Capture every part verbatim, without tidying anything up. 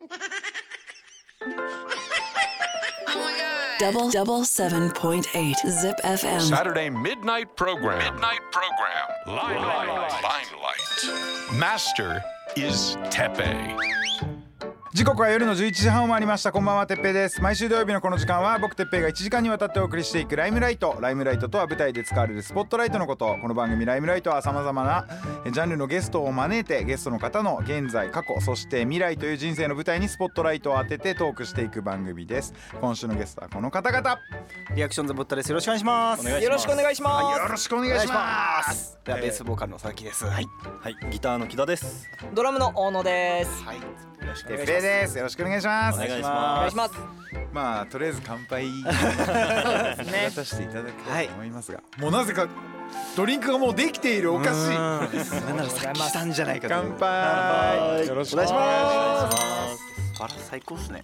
Double double seven point eight Zip エフエム Saturday midnight program. Midnight program. Limelight. Limelight. Master is Teppei. 時刻は夜のじゅういちじはんを回りました。こんばんは、てっぺいです。毎週土曜日のこの時間は僕てっぺいがいちじかんにわたってお送りしていくライムライト。ライムライトとは舞台で使われるスポットライトのこと。この番組ライムライトは様々なジャンルのゲストを招いて、ゲストの方の現在過去そして未来という人生の舞台にスポットライトを当ててトークしていく番組です。今週のゲストはこの方々。 リアクションズボッタです。よろしくお願いします。 よろしくお願いします。 はい、よろしくお願いします。 ではベースボーカルの佐々木です。はい、 はい、ギターの木田です。 ドラムの大野です。 はい、よろしくおてっ願いします。 ぺいです。よろしくお願いします。 お願いしお願ます。 いします。 まあとりあえず乾杯そうですね。 渡していただきたいと思いますが、もうなぜかドリンクがもうできている。おかしい。 なんならさっきしたんじゃないかと。 乾杯。よろしくお願いします。 あら最高ですね。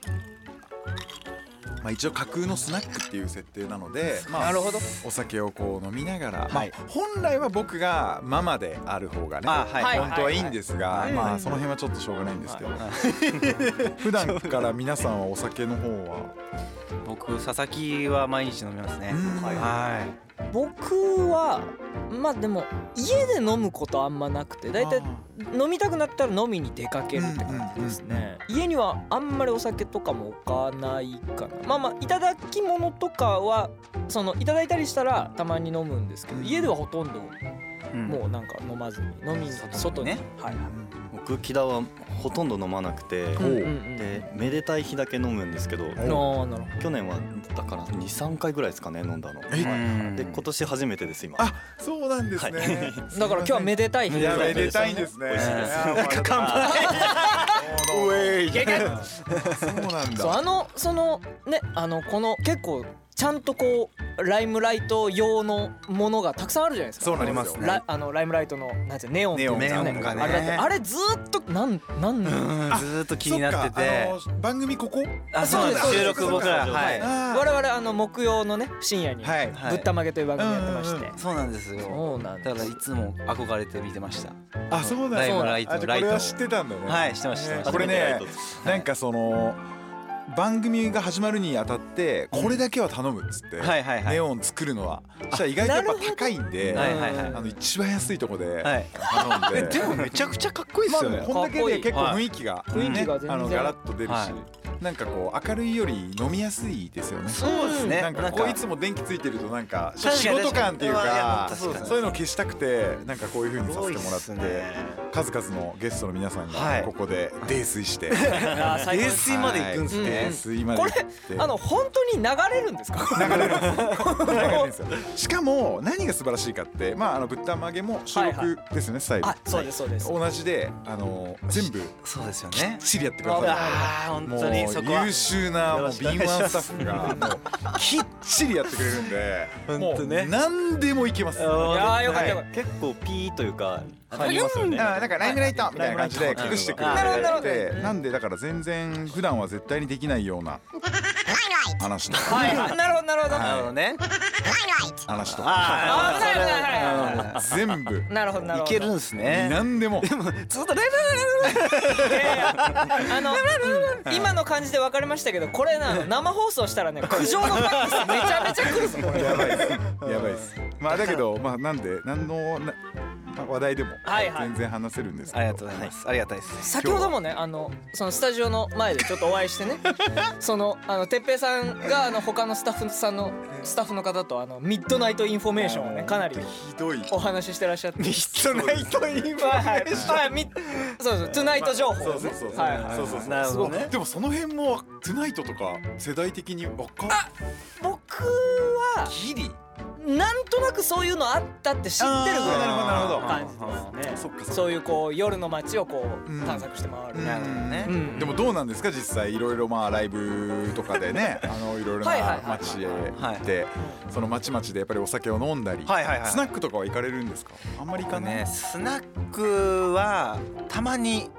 まあ一応架空のスナックっていう設定なので、まあなるほど。 お酒をこう飲みながら、まあはい本来は僕がママである方がね、 あ、はいはい本当はいいんですが、 はいまあその辺はちょっとしょうがないんですけど、普段から皆さんはお酒の方は、 僕佐々木は毎日飲みますね。 うんは僕はまあでも家で飲むことあんまなくて、だいたい飲みたくなったら飲みに出かけるって感じですね。家にはあんまりお酒とかも置かないかな。まあまあいただき物とかはそのいただいたりしたらたまに飲むんですけど、家ではほとんどい。 もうなんか飲まずに飲みに外にね。はいはい。 僕木田はほとんど飲まなくて、 うんうんうんでめでたい日だけ飲むんですけど、 あーなるほ去年はだからに、さんかいぐらいですかね飲んだの。 えうんで今年初めてです今。 あ、そうなんですね。 ど。だから今日はめでたい日いやめでたいんですね。 美味しいですなんか乾杯。ウェイ。そうなんそうだ。 あのそのねあのこの結構ちゃんとこうライムライト用のものがたくさんあるじゃないですか。 そうなんですよ。 ラあのライムライトのなんていうのネオンっていうんですかね。 ネオンがねあれだってあれずーっとなんなんうん、ずーっと気になってて。 そっか、あの番組ここ？ あ、そうなんです。 そうです収録僕らはい。 あー我々あの木曜のね深夜にはいぶったまげという番組やってまして、 そうなんですよ。 そうなんですだからいつも憧れて見てました。 あ、そうなんだ。 ライムライトあ、じゃあこれは知ってたんだね。 はい、知ってました。知ってましたこれね初めてライトなんかその番組が始まるにあたってこれだけは頼むっつって、 はいはいはい。 ネオン作るのはそしたら意外とやっぱ高いんで、 はいはいはいあの一番安いとこではい。 頼んで、 でもめちゃくちゃかっこいいですよね。 まあこんだけで結構雰囲気がい雰囲気が全然あのガラッと出るし、 はなんかこう明るいより飲みやすいですよね。 そうですね。 なんかこういつも電気ついてるとなんか確かに仕事感っていう確かにいやか確かにそういうのを消したくてなんかこういう風にさせてもらってすごいっすね数々のゲストの皆さんはいがここで泥酔してあー最高泥です酔まで行くんですはいね。 泥酔まで行ってあの本当に流れるんですか？ 流れるんです流れるんですよ。しかも何が素晴らしいかってまああのぶったまげも収録ですよねスタイルあ、そうですそうです。 同じであの全部そうですよきっね。 ちりやってくださる。 ああ、本もう当にそこは優秀なもうよろしくお願い敏腕しますスタッフがもうきっちりやってくれるんでもう本当ね何でもいけます。 いやーよかったよかっ結構ピーというかありますよね。 あなんかライムライトみたいな感じで隠してくれなるほどなるほどてなんでだから全然普段は絶対にできないような話とた。はいはい。なるほどなるほど。 なるほどね。 話とかああーはいはいはいはい全部なるほどなるほど。 いけるんですね。 何でもずっとレベいやいやあの、うん今の感じで分かりましたけど、これなの生放送したらね苦情のファックスめちゃめちゃ来るぞこれ。 やばいですやばいです。まあだけどまあなんで何のな話題でもはいはい全然話せるんですけあどりがとうございます。ありがたいです。 先ほどもねあのそのスタジオの前でちょっとお会いしてねそのあのてっぺいさんがあの他のスタッフさんのスタッフの方とあのミッドナイトインフォメーションをねかなりひどいお話ししてらっしゃってミッドナイトインフォはいはいメーションはいみそうそうトゥナイト情報そうそうそうそうはいはいそうそうそうなるほどね。 でもその辺もトゥナイトとか世代的にわか僕はギリなんとなくそういうのあったって知ってるぐらいあーなるほどなるほどの感じですね。 そっかそっかそういうこう夜の街をこううん探索して回る。 なるほどねう。んでもどうなんですか実際いろいろまあライブとかでねあのいろいろはいはいはいな街へ行ってその街々でやっぱりお酒を飲んだりはいはいはいスナックとかは行かれるんですか？あんまり行かないね、スナックはたまに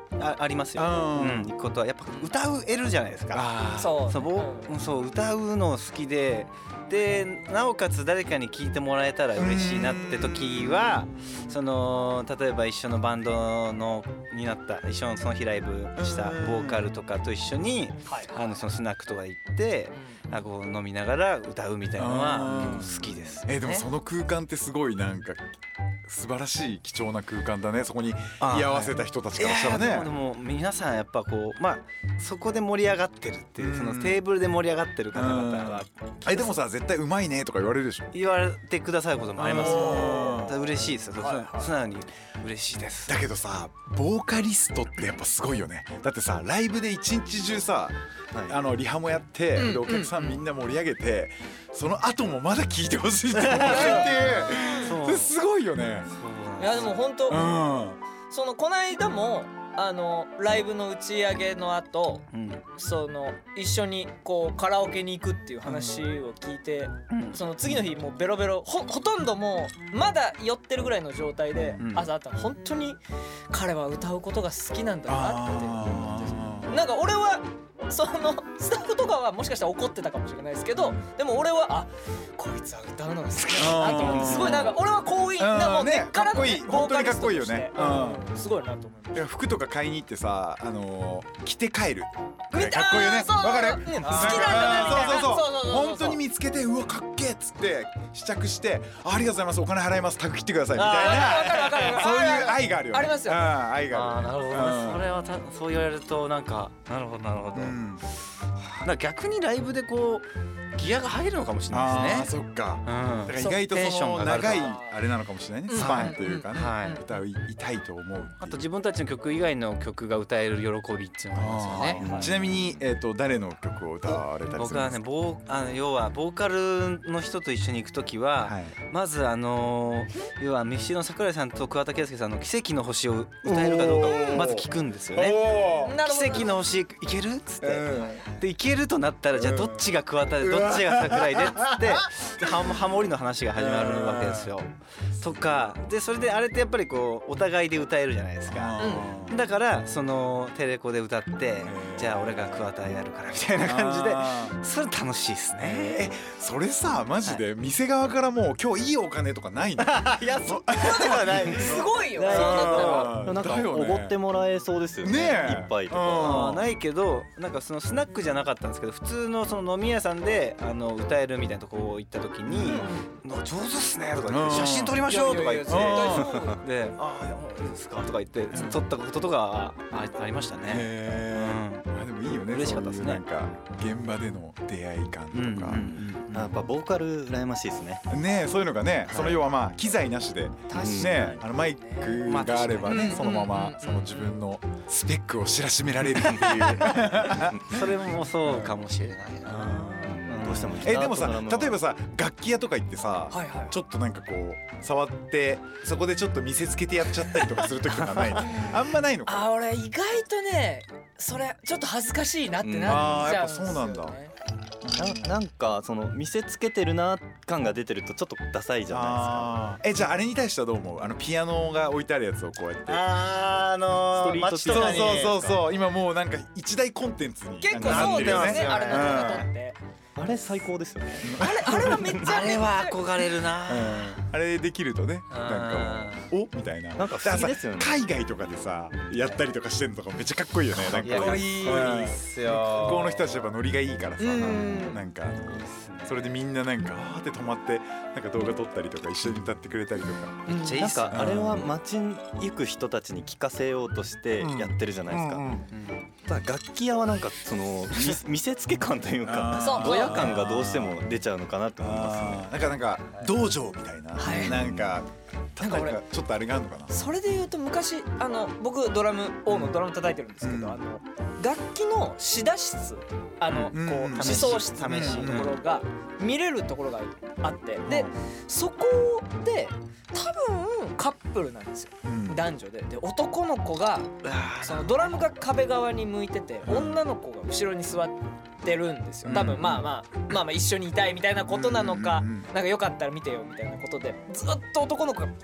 あありますよ、 うんうん、行くことはやっぱ歌うえるじゃないですか。 あーそうそうぼうんそう歌うの好きででなおかつ誰かに聴いてもらえたら嬉しいなって時はその例えば一緒のバンドのになった一緒のその日ライブしたボーカルとかと一緒にあのそのスナックとか行ってあこう飲みながら歌うみたいなのは結構好きです、ね。 えーでもその空間ってすごいなんか素晴らしい貴重な空間だね。そこに居合わせた人たちからしたらね。 いやでもでも皆さんやっぱこうまあそこで盛り上がってるっていうそのテーブルで盛り上がってる方々はえでもさ絶対うまいねとか言われるでしょ。 言われてくださることもありますよあーだから嬉しいですよ、素直に嬉しいです。 だけどさボーカリストってやっぱすごいよね。だってさライブで一日中さはいあのリハもやって、 うんでお客さんみんな盛り上げて、その後もまだ聴いてほしいって思ってってそうそれすごいよね。 いやでも本当うんそのこの間もあのライブの打ち上げの後うんその一緒にこうカラオケに行くっていう話を聞いて、 うんその次の日もうベロベロ ほ, ほとんどもうまだ酔ってるぐらいの状態でうん朝あったの。本当に彼は歌うことが好きなんだなってあーなんか俺はそのスタッフとかはもしかしたら怒ってたかもしれないですけど、でも俺はあこいつは歌うのが好きなんだなと思ってすごいなんか俺は好意なもううんね根っからのかっこいいボーカリストとして本当にかっこいいよねうんうんすごいなと思います。 だから服とか買いに行ってさあのー着て帰る見たかっこいいよね。 そうわかる。 うん好きなんだなみたいなそうそうそうそうそうそうそう本当に見つけてうわかっけえっつって試着してあありがとうございますお金払いますタグ切ってくださいみたいなわかるわかるわかるそういう愛があるよね。 ありますようん愛がある。 あーなるほどね、 うんそれはたそう言われるとなんかなるほどなるほど、 うんだから逆にライブでこうギアが入るのかもしれあないあですね。 そっか。 うんだから意外とテンションそのが上がる長いあれなのかもしれないねうんスパンというかね、 うんはい歌いたいと思うっていう。 あと自分たちの曲以外の曲が歌える喜びっていうのがありますよね。 あーちなみにえっと誰の曲を歌われたりす僕はねるんですか。 ボーあの要はボーカルの人と一緒に行くときは、 はい。 まずあのー要はミッシーの桜井さんと桑田佳祐さんの「奇跡の星」を歌えるかどうかをまず聞くんですよね。 おーなるほど奇跡の星いけるっつって、 うんでいけるとなったらじゃあどっちが桑田でうんどっちが桜井でっつってでハモハモリの話が始まるわけですよ。とかでそれであれってやっぱりこうお互いで歌えるじゃないですか。 あーだからそのテレコで歌ってじゃあ俺が桑田やるからみたいな感じであーそれ楽しいですね。 えそれさマジで店側からもう今日いいお金とかないの？ いやそこまではないすごいよないけどあーなんかだよねおごってもらえそうですよね。 ねえ一杯とか。 うんあーないけどなんかそのスナックじゃなかったんですけど普通のその飲み屋さんであの歌えるみたいなとこ行った時に「なんか上手っすね」とか言って「 うん写真撮りましょう」とか言っていやいやいや絶対そうで「ああいやもういいですか」とか言って撮ったこととかあありましたね。 へーまあでもいいよね。 嬉しかったですねそういうなんか現場での出会い感うんうんとか、 やっぱボーカル羨ましいですね。 ねそういうのがね、その要はまあ機材なしでねあのマイクがあればね、 まあ確かにそのまうんうんうんまその自分のスペックを知らしめられるっていう。 それもそうかもしれないな。 どうしてもギターえでもさとドラムは例えばさ楽器屋とか行ってさ、 はいはいちょっとなんかこう触ってそこでちょっと見せつけてやっちゃったりとかする時とかないの？あんまないのか。 あ俺意外とねそれちょっと恥ずかしいなってうんなっちゃうんですよ、ねあーやっぱそうなんだななんかその見せつけてるな感が出てるとちょっとダサいじゃないあーえじゃああれに対してはどう思う？あのピアノが置いてあるやつをこうやって。 あーあのストリート街そうそうとかにそうそう今もうなんか一大コンテンツに結構なってるよそうだよねね。 あれの動画撮ってですか。あれ最高ですよね。 あれあれはめっちゃあれは憧れるな。 うんあれできるとねなんかもうおみたいな。 なんか不思議ですよねだからさ海外とかでさやったりとかしてんのとかめっちゃかっこいいよね。なんかかっこいいっすよ。 向こうの人たちやっぱノリがいいからさうんなんかそれでみんななんかあーって止まってなんか動画撮ったりとか一緒に歌ってくれたりとか。 めっちゃいいなんっすねかあれは街行く人たちに聞かせようとしてやってるじゃないですか。ただ楽器屋はなんかその見見せつけ感というかそうドヤ感がどうしても出ちゃうのかなって思いますね。 あーなんかなんか道場みたいな、 はいなんかなんか俺なんかちょっとあれがあるのかな。 それで言うと昔あの僕ドラム王のドラム叩いてるんですけど、 うんあの楽器の試打室あの、 うんこうんう試奏室試し試しところが見れるところがあってでそこで多分カップルなんですようん男女でで男の子がそのドラムが壁側に向いてて女の子が後ろに座ってるんですよ多分まあまあまあまあ一緒にいたいみたいなことなのかうんうんうんなんかよかったら見てよみたいなことでずっと男の子が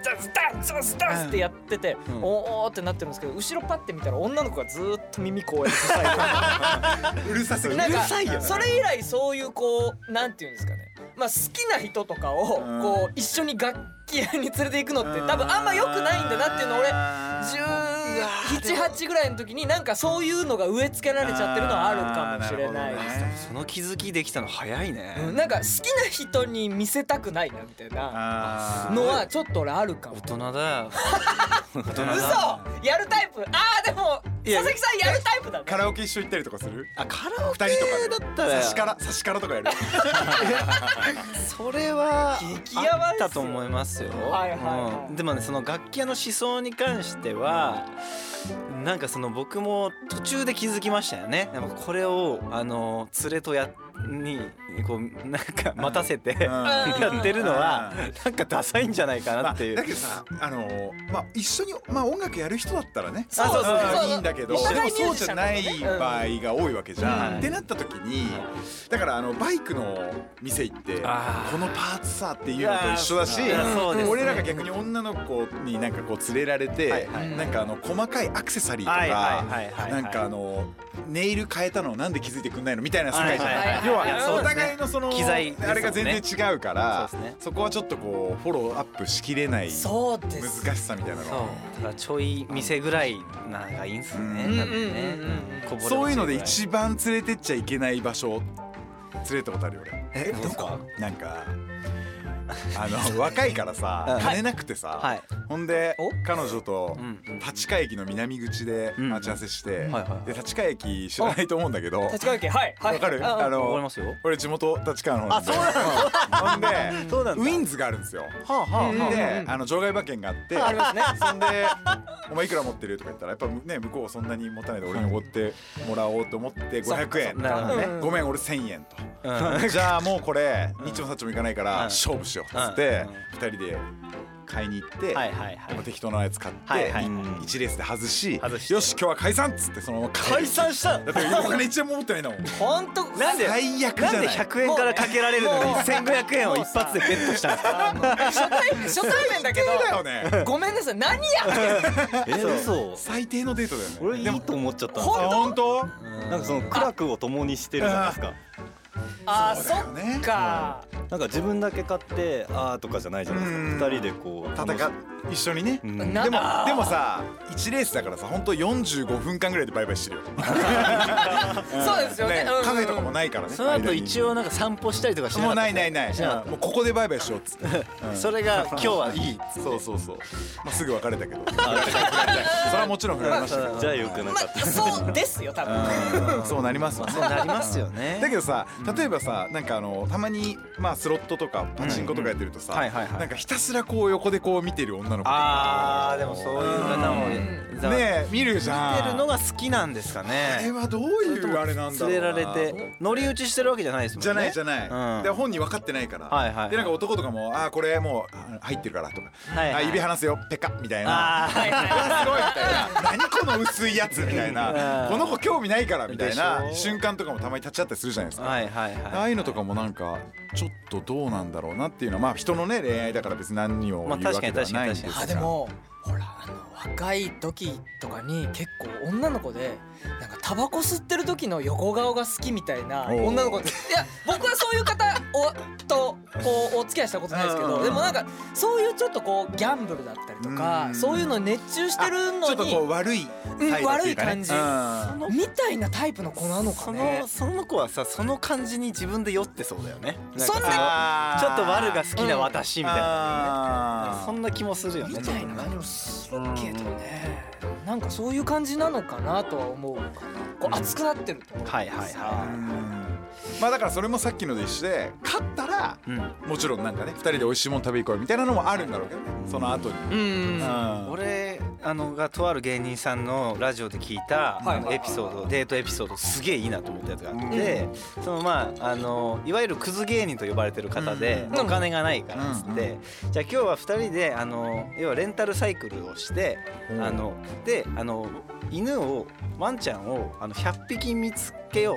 ダンスダンスダンスダンスってやってて、 うんおーってなってるんですけど、後ろパッて見たら女の子がずーっと耳こうやって塞いでうるさすぎる。 なんかうるさいよね。 それ以来そういうこうなんていうんですかね、まあ好きな人とかをうんこう一緒に楽器屋に連れて行くのって多分あんま良くないんだなっていうのを俺じゅうなな、はちぐらいの時になんかそういうのが植え付けられちゃってるのはあるかもしれないですね。 その気づきできたの早いね、 うんなんか好きな人に見せたくないなみたいなあーのはちょっと俺あるかも。 大人だよ大人だ嘘やるタイプ。あーでもいや佐々木さんやるタイプだね。 カラオケ一緒行ったりとかする？ あカラオケ二人とかだったら差しから差しからとかやる。 それは激ヤバあっですよたと思いますよ。 はいはいはいうんでもねその楽器屋の思想に関してはなんかその僕も途中で気づきましたよね。なんかこれをあの連れとやにこうなんか待たせてうんやってるのはなんかダサいん場合かまあなっていう。 だけどさ、あのーまあ一緒にまあ音楽やる人だったらね、 そうそうそうあいいんだけど、 おでも互いミュージシそうじゃないャンだとねうん場合が多いわけじゃん。 うんってなった時に、だからあのバイクの店行ってあーこのパーツさっていうのと一緒だしいやそうですね俺らが逆に女の子になんかこう連れられて、 はいはいなんかあの細かいアクセサリーとはいはいかはいはいなんかあのネイル変えたのなんで気づいてくんないのみたいな世界じゃない、 はいはいはい要いやそうですねはお互いのその機材ですもんねあれが全然違うからそうですねそこはちょっとこうフォローアップしきれないそうです。 難しさみたいなのそうだからちょい店ぐらいなんかいいんすね。 うん多分ねうんうんうんうんこぼれ落ちるぐらそういうので一番連れてっちゃいけない場所連れてったことあるよ俺。 えどこ？ なんかあの若いからさうん金なくてさ、 はいほんでお彼女とうんうん立川駅の南口で待ち合わせして、 はいはいで立川駅知らないと思うんだけど立川駅はいはい。 わかるああのわかりますよ。 俺地元立川の方なんであそうほんでそうなんだウィンズがあるんですよ。 はあはあはあであの場外馬券があってありますね。 そんで「お前いくら持ってる?」とか言ったらやっぱね向こうはそんなに持たないで俺におごってもらおうと思ってごひゃくえんなるほどね。 ごめん俺せんえんと。 うんじゃあもうこれニッチもサッチもいかないからうん勝負しようっつってふたりで買いに行って、 はいはいはいまあ適当なやつ買って、 はいはいいちレースで外し外してよし今日は解散っつってそのまま解散しただってお金いちえんも持ってないんだもん。 本当なんで最悪じゃないなんでひゃくえんからかけられるのにせんごひゃくえんを一発でベットしたんですか？ 初対面初対面だけだどよねごめんなさい何やってんえ嘘最低のデートだよね。 俺いでもいと思っちゃったんですほんよ。 あ本当なんかその苦楽を共にしてるじゃないですか。 あーそそうだよねっか。 なんか自分だけ買ってあーとかじゃないじゃないですうんか。二人でこう戦っ一緒にね。 うんなでもあーでもさいちレースだからさ本当よんじゅうごふんかんぐらいでバイバイしてるよ。 そうですよねうんうんカフェとかもないからね。 その後一応なんか散歩したりとかしなかったもうないないない。 しなかったもうここでバイバイしようっつって。うんそれが今日はいい。 そうそうそう。まあすぐ別れたけど。それはもちろん振られましたけど。 じゃあよくなまかった。 あそうですよ多分。 うんそうなりますわね。 そうなりますよね。 だけどさ例えばさなんかあのたまにまあスロットとかパチンコとかやってるとさはいはいはいなんかひたすらこう横でこう見てる女の子とかあーでもそういう方もうんざねえ見るじゃん。 見てるのが好きなんですかあれね。 はどういうあれなんだろうな。 連れられて乗り打ちしてるわけじゃないですもんね。 じゃないじゃない、 うんで本人分かってないから、 はいはいでなんか男とかもあーこれもうあ入ってるからとか、 はいはいあ指離すよペカみたいなあーはいはいあすごいみたいな何この薄いやつみたいなうんこの子興味ないからみたいなでしょ瞬間とかもたまに立ち会ったりするじゃないですか、 はいはいあはい。 あいうのとかもなんかちょっとどうなんだろうなっていうのはまあ人のね恋愛だから別に何を言うわけではないんですが、 まああでもほらあの若い時とかに結構女の子でなんかタバコ吸ってる時の横顔が好きみたいなおー女の子っていや僕はそういう方をとこうお付き合いしたことないですけうんどでもなんかそういうちょっとこうギャンブルだったりとかうんそういうのに熱中してるのちょっとこにう悪いうん態度っていうかね悪い感じうんみたいなタイプの子なのかそねの。その子はさその感じに自分で酔ってそうだよね。なんかそんなあーちょっと悪が好きな私みたいな、 あーそんな気もするよね。 みたいな感じもするけどねなんかそういう感じなのかなとは思うかなこう熱くなってると思うはいはいはまあだからそれもさっきので一緒で勝ったらい。うん。 もちろんなんかねふたりで美味しいもの食べ行こうみたいなのもあるんだろうけどねその後にうんうん俺あのがとある芸人さんのラジオで聞いたはいあのエピソードデートエピソードすげえいいなと思ったやつがあってそのまああのいわゆるクズ芸人と呼ばれてる方でうんお金がないからっつっうんてじゃあ今日はふたりであの要はレンタルサイクルをしてあのであの犬をワンちゃんをあのひゃっぴき見つけよう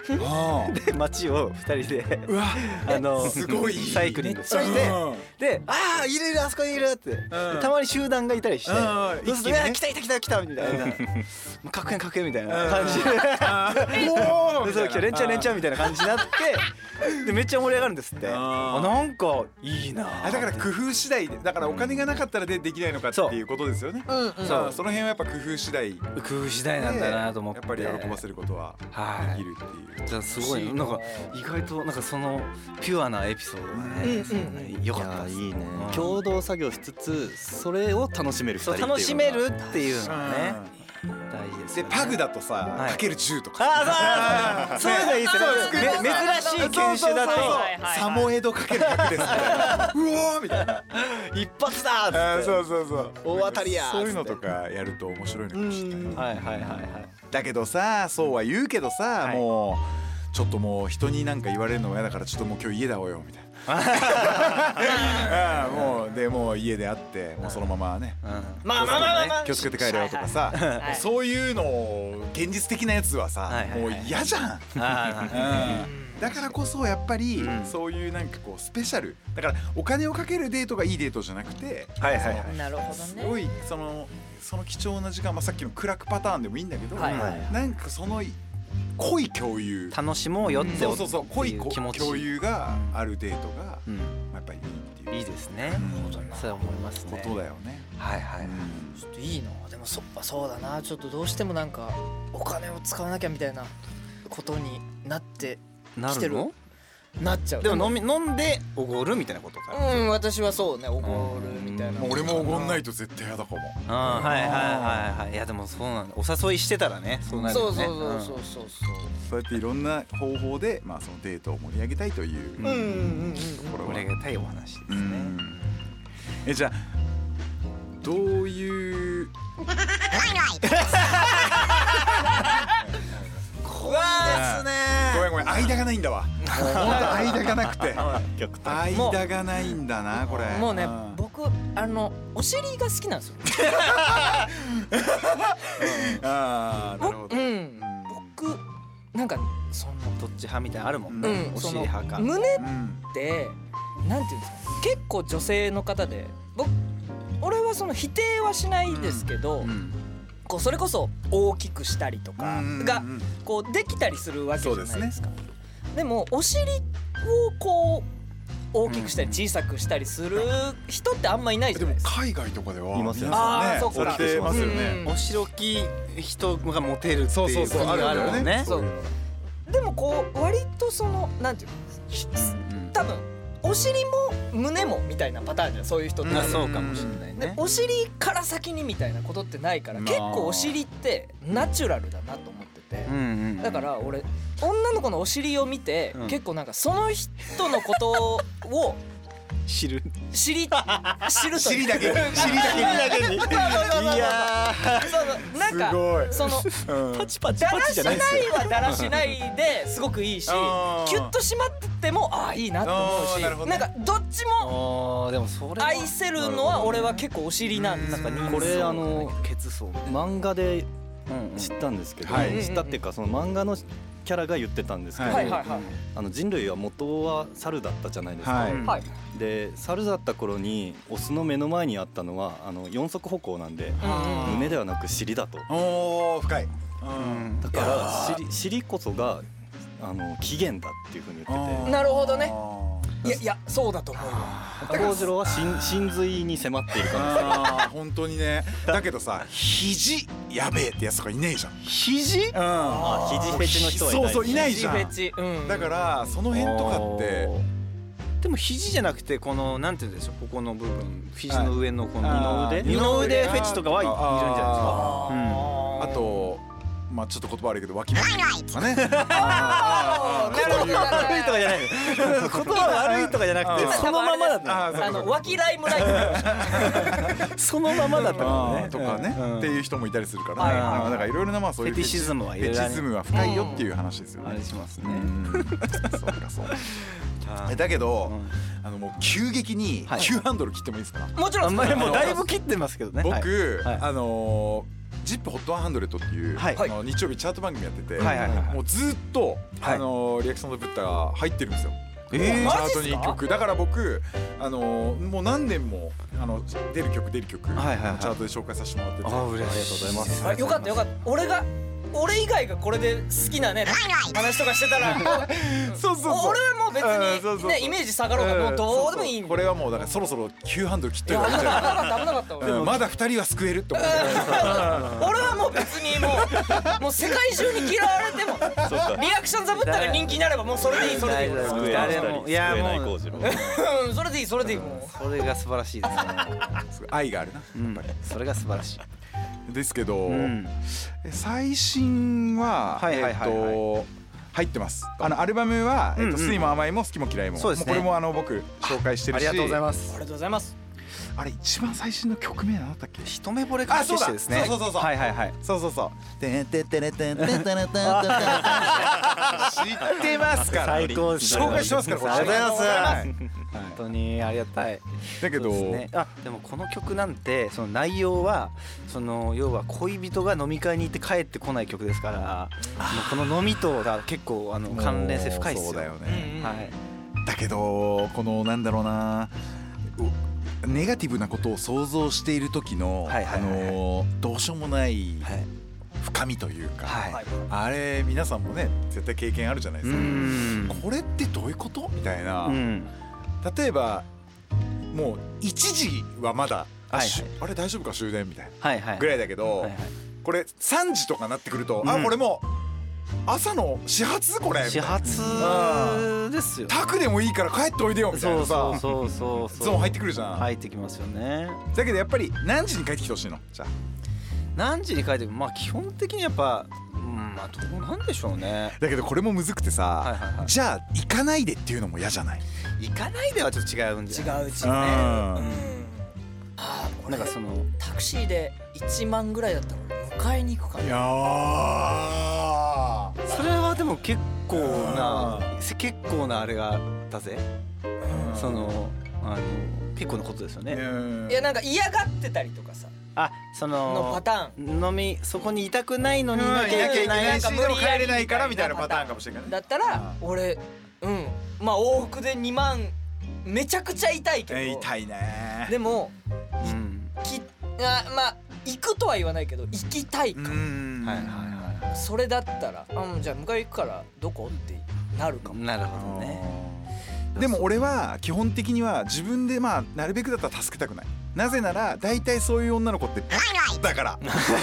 で街をふたりでうわあのすごいサイクリングしてで「ああいるいるあそこにいる」ってたまに集団がいたりしてうんそうすると「 一気にねいや来た来た来た来た」みたいな「かっこええかっこええ」みたいな感じでおおでそう来た連チャン連チャンみたいな感じになってでめっちゃ盛り上がるんですって。あなんかいいなあだから工夫次第でだからお金がなかったらでできないのかっていうことですよね。 うんうんそうその辺はやっぱ工夫次第で工夫次第なんだなと思ってやっぱり喜ばせることははいできるっていう。 じゃあすごいなんか意外となんかそのピュアなエピソードがね、 うんうんそうねよかったです。 いやいいねうん共同作業しつつそれを楽しめるふたりっていうのがそう楽しめるっていうのがね大事ですよね。 でパグだとさはいかけるじゅうとかああそうそうそういうのいいですよね。め珍しい犬種だとサモエドかけるひゃくですみたいなうわーみたいな一発だーっつってあーそうそうそう大当たりやーっつってそういうのとかやると面白いのかもしれない。 はいはいはいはい。 だけどさそうは言うけどさ、 はいもうちょっともう人になんか言われるのも嫌だからちょっともう今日家だおよみたいなああもうでもう家で会ってもうそのままねまあまあまあまあまあ気をつけて帰れよとかさ、 はいそういうのを現実的なやつはさ、 はいはいはいもう嫌じゃん、 あーうん、だからこそやっぱり、 うんそういうなんかこうスペシャルだからお金をかけるデートがいいデートじゃなくて、 はいはいはいなるほどすね。 ごいそのその貴重な時間、まあ、さっきのクラックパターンでもいいんだけど、 はいはいなんかその濃い共有楽しもうよってそうそうそう濃い気持ち共有があるデートが、 うんまあやっぱりいいっていういいですね。 うんそう思いますね。 ことだよね。 はいはい。 ちょっといいな。でもそっかそうだな。ちょっとどうしてもなんかお金を使わなきゃみたいなことになって来てるなるの？ なっちゃう。 でも飲み飲んでおごるみたいなことか。 うん私はそうねおごるみたいな。 もう俺もおごんないと絶対嫌だかも。 ああはいはいはいはい。いやでもそうなんだ。お誘いしてたらねそうなるよね。 そうそうそうそうそうそう。 そうやっていろんな方法で、まあ、そのデートを盛り上げたいといううんうんうんところうん。 はありがたいお話ですね。 うんえじゃあどういう怖いですね。 ごめんごめん間がないんだわもうほんと間がなくて極端間がないんだなこれもうねん僕あのお尻が好きなんですよ。 あーなるほどうん僕なんかそのどっち派みたいなのあるもんうね。 んお尻派か。 胸っうんてなんていうんですか結構女性の方で僕俺はその否定はしないですけど、 うんこうそれこそ大きくしたりとかがこうできたりするわけじゃないですか。でもお尻をこう大きくしたり小さくしたりする人ってあんまいないじでもゃないですか。 海外とかではいますよ皆さんねあーそっかされてますよねうんお白き人がモテるってそういうそうそうある国があるもんね。 そうでもこう割とそのなんていうの多分お尻も胸もみたいなパターンじゃんそういう人って。 あそうかもしれないでね。 お尻から先にみたいなことってないからまあ結構お尻ってナチュラルだなと思ってて、 うんうんだから俺女の子のお尻を見て、 うん結構なんかその人のことを知る。 知り知ると尻だけに尻だけにいやそうそうなんかすごいそのうんパチパチだらしなパチじゃないいですよ。 はだらしないですごくいいしあーキュッと締まっててもああいいなって思うしあーなるほどねなんかどっちもああでもそれは愛せるのは俺は結構お尻なんですよ。 うんこれあのケツ層。 漫画でうんうん知ったんですけど、 はい知ったっていうかその漫画のキャラが言ってたんですけど、 はいはいはいあの人類は元は猿だったじゃないですか、 はいうんはいで猿だった頃にオスの目の前にあったのはあの四足歩行なんでうん胸ではなく尻だと、 おー深いうんだから尻尻こそがあの起源だっていうふうに言っててなるほどね。 あいやいやそうだと思うよ。 幸次郎は心心髄に迫っている可能性があー本当にねだけどさ肘やべえってやつとかいねえじゃん肘？ うんあ肘フェチの人はいないそうそういないじゃんフェチうんだからその辺とかってでも肘じゃなくてこのなんて言うんでしょうここの部分肘の上のこのあー二の腕フェチとかはいいるんじゃないですか。 ああとまあちょっと言葉悪いけど脇腹とかねあーなるほど言葉悪いとかじゃないの。言葉悪いとかじゃなくてそのままだった。 あーあの脇ライムライトそのままだったからあねーとかね、 うんっていう人もいたりするからね、 はいあーだからいろいろなまあそういうフェティシズムはいろいろあるフェチズムは深いよっていう話ですよね、 あれしますね。 うんそうかそうえだけど、あのもう急激にはい急ハンドル切ってもいいですか、 もちろんあんまりもうだいぶ切ってますけどね。 僕、 はいあのージップホットハンドレットっていう、 はいあの日曜日チャート番組やってて、 はいはいはいもうずっと、 はいあのリアクションのブッダが入ってるんですよ。 えチーャートにいっきょくだから僕あのもう何年もあの出る曲出る曲、 はいはいはいチャートで紹介させてもらってて、 あー嬉しい、ありがとうございますあよかったよかった俺が俺以外がこれで好きなね話とかしてたらそうそうそう俺はもう別うんそうそうそうにねイメージ下がろうがもうどうでもいいんこれはもうだからそろそろ急ハンドル切っといいや危た方がいいんじゃないなかった危なかった俺うんまだふたりは救えると思って俺はもう別にもうもう世界中に嫌われてもリアクションザブッダが人気になればもうそれでいいそれでいい大丈夫救え誰ないもいや救えないもう工事のうんそれでいいそれでいいもうそれが素晴らしいですね愛があるなうんそれが素晴らしいですけど、 うん最新は、 はいはいはいはいえっと入ってますあのアルバムは、えっとうんうん酸いも甘いも好きも嫌いもそうですねもうこれもあの僕紹介してるしありがとうございまあすりがとうございますあれ一番最新の曲名何だったっけ一目惚れからしてですねあそうだそうそうそうそうはいはいはいそうそうそうてんてんてんてんてんてんてんてんてん知ってますから最高です紹介してますからこれありがとうございますはい本当にありがたいだけどそうですね、あでもこの曲なんてその内容はその要は恋人が飲み会に行って帰ってこない曲ですからもうこの飲みとが結構あの関連性深いですよ。 そうだよね、 うんうんはいだけどこのなんだろうなネガティブなことを想像している時のはいはいはいはいあのどうしようもないはい深みというか、 はいはいあれ皆さんもね絶対経験あるじゃないでうすか。 んこれってどういうことみたいな、 うん例えばもういちじはまだ、あはいはいしあれ大丈夫か終電みたいなはいはいぐらいだけど、 はいはいこれさんじとかなってくると、 うんあこれもう朝の始発これみたいな始発ですよ。 タクでもいいから帰っておいでよみたいそうなさそうそうそうゾーン入ってくるじゃん、 入ってきますよね。 だけどやっぱり何時に帰ってきてほしいのじゃあ何時に帰ってくるまあ基本的にやっぱうんまあどうなんでしょうね。 だけどこれもむずくてさ、 はいはいはいじゃあ行かないでっていうのも嫌じゃない行かないではちょっと違うんじゃない。 違うちねうんうんあーこれなんかそのタクシーでいちまんぐらいだったら迎えに行くかいやなーそれはでも結構な結構なあれがだぜ。そのあの結構なことですよね。 うんいやなんか嫌がってたりとかさあそののパターン飲みそこにいたくないのにいなきゃいけないしでも帰れないからみたいなパターンかもしれないねだったら俺うんまあ往復でにまんめちゃくちゃ痛いけど、 えー痛いねでもうんきあまあ行くとは言わないけど行きたいか、 うんはいはいはそれだったらあじゃあ迎え行くからどこってなるかもいなるほどね。 でも俺は基本的には自分でまあなるべくだったら助けたくない。なぜなら大体そういう女の子ってだから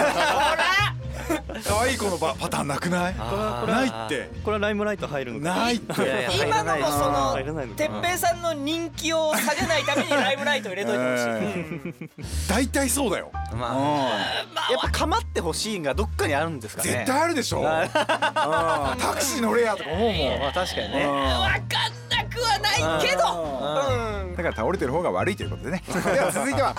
可愛い子のパパターンなくない？ あーないってこれはライムライト入るのかないっていやいや入今のもその入らないのかなてっぺいさんの人気を下げないためにライムライト入れといてほしい、 うん大体そうだよ。 まうんあやっぱ構ってほしいがどっかにあるんですかね。 絶対あるでしょ。うんタクシー乗れやとか思うもん。 まあ確かにね。 分かんなくはないけどうんだから倒れてる方が悪いということでね。では続いては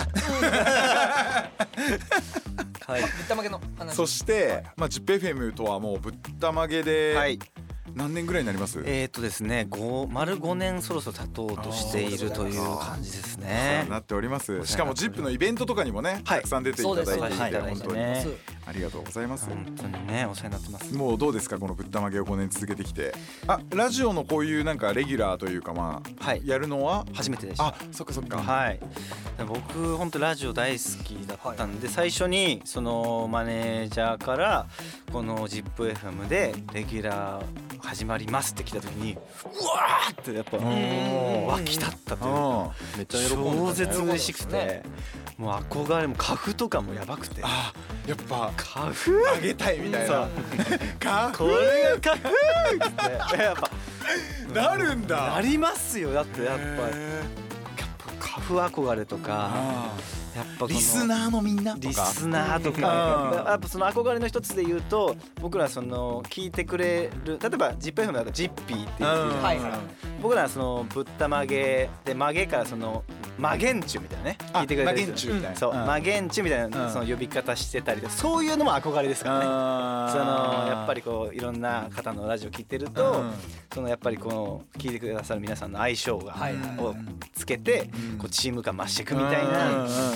はいぶったまげの話そしてまあ ジップエフエム とはもうぶったまげではい。 何年ぐらいになります？ えーとですね、ご丸ごねんそろそろ経とうとしているという感じですね。 なっております。しかも ジップ のイベントとかにもねたくさん出ていただいていてそうですはい本当にねありがとうございます。 本当にねお世話になってます。 もうどうですかこのぶったまげをごねん続けてきて。あラジオのこういうなんかレギュラーというかまあ、 はいやるのは初めてでした。 あそっかそっか。 はい。僕本当ラジオ大好きだったんで、最初にそのマネージャーからこの ジップエフエム でレギュラー始まりますって来た時にうわーってやっぱん湧き立ったといううかんめっちゃ喜んで超た絶嬉しくてもう憧れもカフとかもやばくてあやっぱカフあげたいみたいな。かこれがカフってやっぱなるんだ。 なりますよ。だってやっぱへやっぱカフ憧れとかあやっぱこのリスナーのみんなとか。 リスナーとうんかやっぱその憧れの一つで言うと僕らその聞いてくれる例えば ジップエフエム だとジッピーっていううんはいはい僕らはそのぶったまげで曲げからその曲げんちゅみたいなねあ聞いてくれてる曲げんちゅみたいなそううん曲げんちゅみたいなうんその呼び方してたりとかそういうのも憧れですからね。 あーそのやっぱりこういろんな方のラジオ聞いてると、 うんそのやっぱりこう聞いてくださる皆さんの相性が、 はいはいをつけて、 うんこうチーム感増していくみたいな、 うんうんうん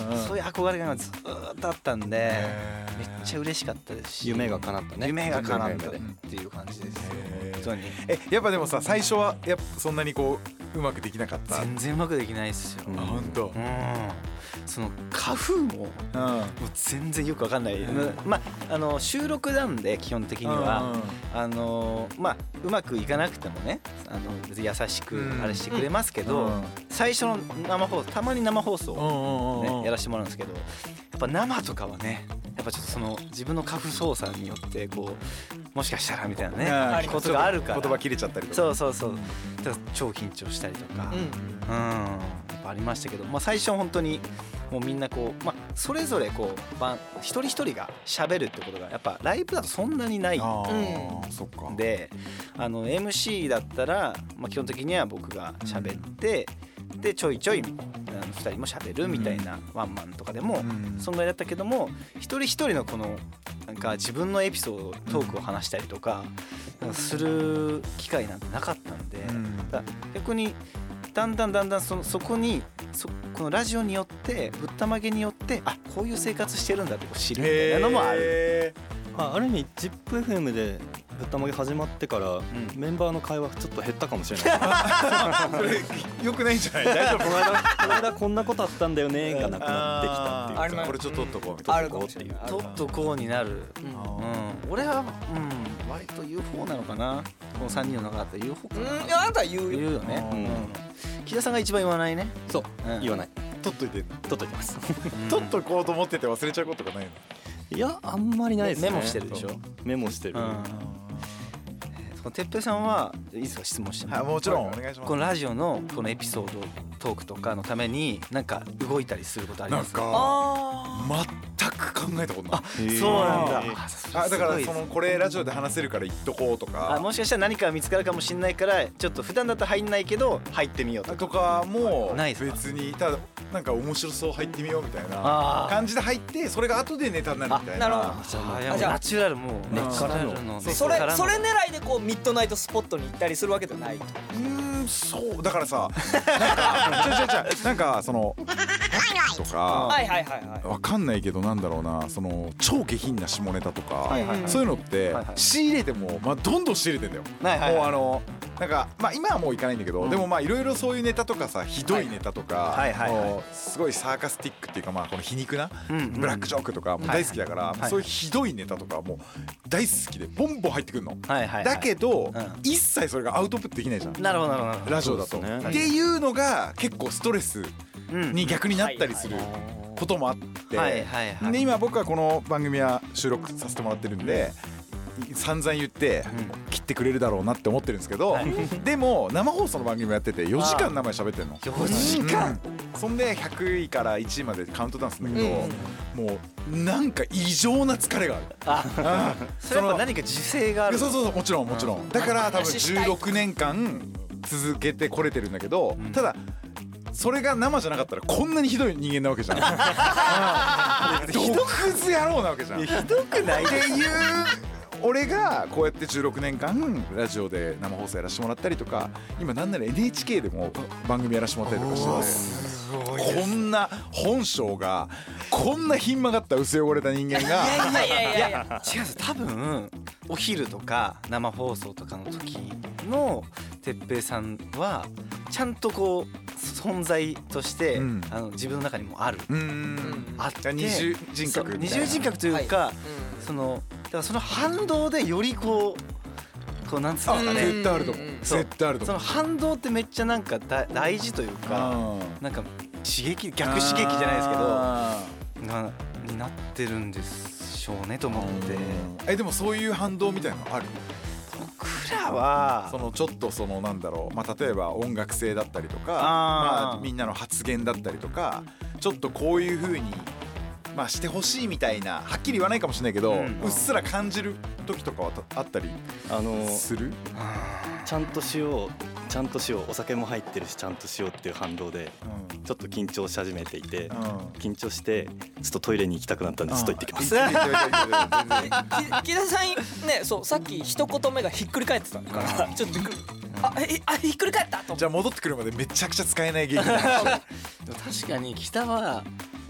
そういう憧れがずーっとあったんでめっちゃ嬉しかったですし夢が叶ったね。 夢が叶ったっていう感じですよ本当に。 えやっぱでもさ最初はやっぱそんなにこううまくできなかった？ 全然うまくできないですよ。 うんあ本当。 うんその花粉もうんもう全然よくわかんない、うんまああの収録なんで基本的には、あのまあうまくいかなくてもねあの別に優しくうんあれしてくれますけど、 うん最初の生放送たまに生放送うんうんうんうんねやらせてもらうんですけどやっぱ生とかはねやっぱちょっとその自分の花粉操作によってこうもしかしたらみたいなねあーことがあるから言葉切れちゃったりとか。 そうそうそうだから超緊張したりとか、 うんうん、やっぱありましたけど、まあ、最初本当にもうみんなこう、まあ、それぞれこうばん一人一人が喋るってことがやっぱライブだとそんなにないあーそっか。 であの エムシー だったら、まあ、基本的には僕が喋って、でちょいちょいあのふたりも喋るみたいなワンマンとかでもうんそんなにだったけども一人一人のこのなんか自分のエピソードトークを話したりとかなんかする機会なんてなかったんで、 うんだから逆にだんだんだんだんそのそこにそこのラジオによってぶったまげによってあこういう生活してるんだってこう知るみたいなのもある。 へあある意味 ジップエフエム でぶったまげ始まってから、 んメンバーの会話ちょっと減ったかもしれないーそれ良くないんじゃない？大丈夫？ この間この間こんなことあったんだよねがなくなってきたっていうかありますこれちょっと取っとこうみたいな。 あるかもしれない。 とっとこうになる、うんあ俺は、うん、割と言う方なのかなこのさんにんの中だったら言う方かうんな、 いやあなたは言うよ。 言うよね、 ううんん木田さんが一番言わないね、 そう、 うん言わないー取っといてんの。 取っといてますうん取っとこうと思ってて忘れちゃうことがないの。 いやあんまりないですね。 メモしてるでしょ、 メモしてる、 うんそのてっぺいさんはいいですか質問しても、 はいもちろんお願いします。 このラジオのこのエピソードトークとかのためになんか動いたりすることありますか？ なんかあ全く考えたことない。 へーそうなんだ。 あだからすごいそのこれラジオで話せるから言っとこうとか。 あもしかしたら何か見つかるかもしれないからちょっと普段だと入んないけど入ってみようとか。 とかもないですか別にただなんか面白そう入ってみようみたいあーな感じで入ってそれが後でネタになるみたいな。 なるほどあいやあじゃあナチュラルもう根っからのナチュラルのそそれ根っからのそれ狙いでこうミッドナイトスポットに行ったりするわけじゃないと。 うーんそうだからさなんか違う違う違うなんかそのとかはいはいはいはい。 わかんないけどなんだろうなその超下品な下ネタとか、 はいはいはいそういうのってはいはい仕入れても、まあ、どんどん仕入れてんだよ、 はいはいはいもうあのなんか、まあ、今はもういかないんだけど、 うんでもまあいろいろそういうネタとかさひどいネタとか、 はいはいはいはいもうすごいサーカスティックっていうかまあこの皮肉な、 うんうんブラックジョークとかもう大好きだから、 はいはいそういうひどいネタとかもう大好きでボンボン入ってくるの、 はいはいはいだけど、 うん一切それがアウトプットできないじゃんなるほどなるほどなるほどラジオだと、 そうですねっていうのが結構ストレスうんに逆になったりすることもあって、 はいはいはいで今僕はこの番組は収録させてもらってるんで散々言って切ってくれるだろうなって思ってるんですけど、でも生放送の番組もやっててよじかん生で喋ってんの。 よじかんうんそんでひゃくいからいちいまでカウントダウンするんだけど、 うんもうなんか異常な疲れがある。 あうんそれやっぱ何か時勢があるそうそうそうもちろんもちろんだから多分話したいじゅうろくねんかん続けてこれてるんだけど、ただそれが生じゃなかったらこんなにひどい人間なわけじゃん。うん毒舌野郎なわけじゃん。 ひどくないっていう俺がこうやってじゅうろくねんかんラジオで生放送やらせてもらったりとか今なんなら エヌエイチケー でも番組やらせてもらったりとかしててこんな本性がこんなひん曲がった薄汚れた人間がいやいやいやいやいや。 違うんです多分お昼とか生放送とかの時の哲平さんはちゃんとこう存在として、 うんあの自分の中にもある、 うーんあって二重人格そうみたいな二重人格というか、 はいそのだからその反動でよりこうこうなんつうんですかあね絶対あると思うそう絶対あるとそ思うの反動ってめっちゃなんかだ大事というかうんなんか刺激逆刺激じゃないですけどあなになってるんでしょうねと思ってーえでもそういう反動みたいなのある僕らはそのちょっとそのなんだろう、まあ、例えば音楽性だったりとかあーまあ、みんなの発言だったりとかちょっとこういう風にまあしてほしいみたいなはっきり言わないかもしれないけど、 ううんっすら感じる時とかはあったりあのする、 ちゃんとしようちゃんとしようお酒も入ってるしちゃんとしようっていう反動でうんちょっと緊張し始めていてうん緊張してちょっとトイレに行きたくなったんでちょっと行ってきます。 いやいやいやいや全然き木田さんねそうさっき一言目がひっくり返ってたからちょっとびっくりあえあひっくり返ったと思ってじゃあ戻ってくるまでめちゃくちゃ使えない芸人だなでも確かに北は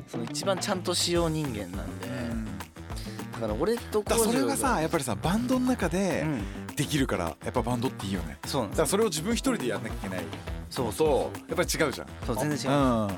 その一番ちゃんとしよう人間なんで、だから俺とだからそれががさやっぱりさバンドの中でうんできるからやっぱバンドっていいよね。 そうなんですだからそれを自分一人でやんなきゃいけないそうとやっぱり違うじゃん。 そう全然違う、 うん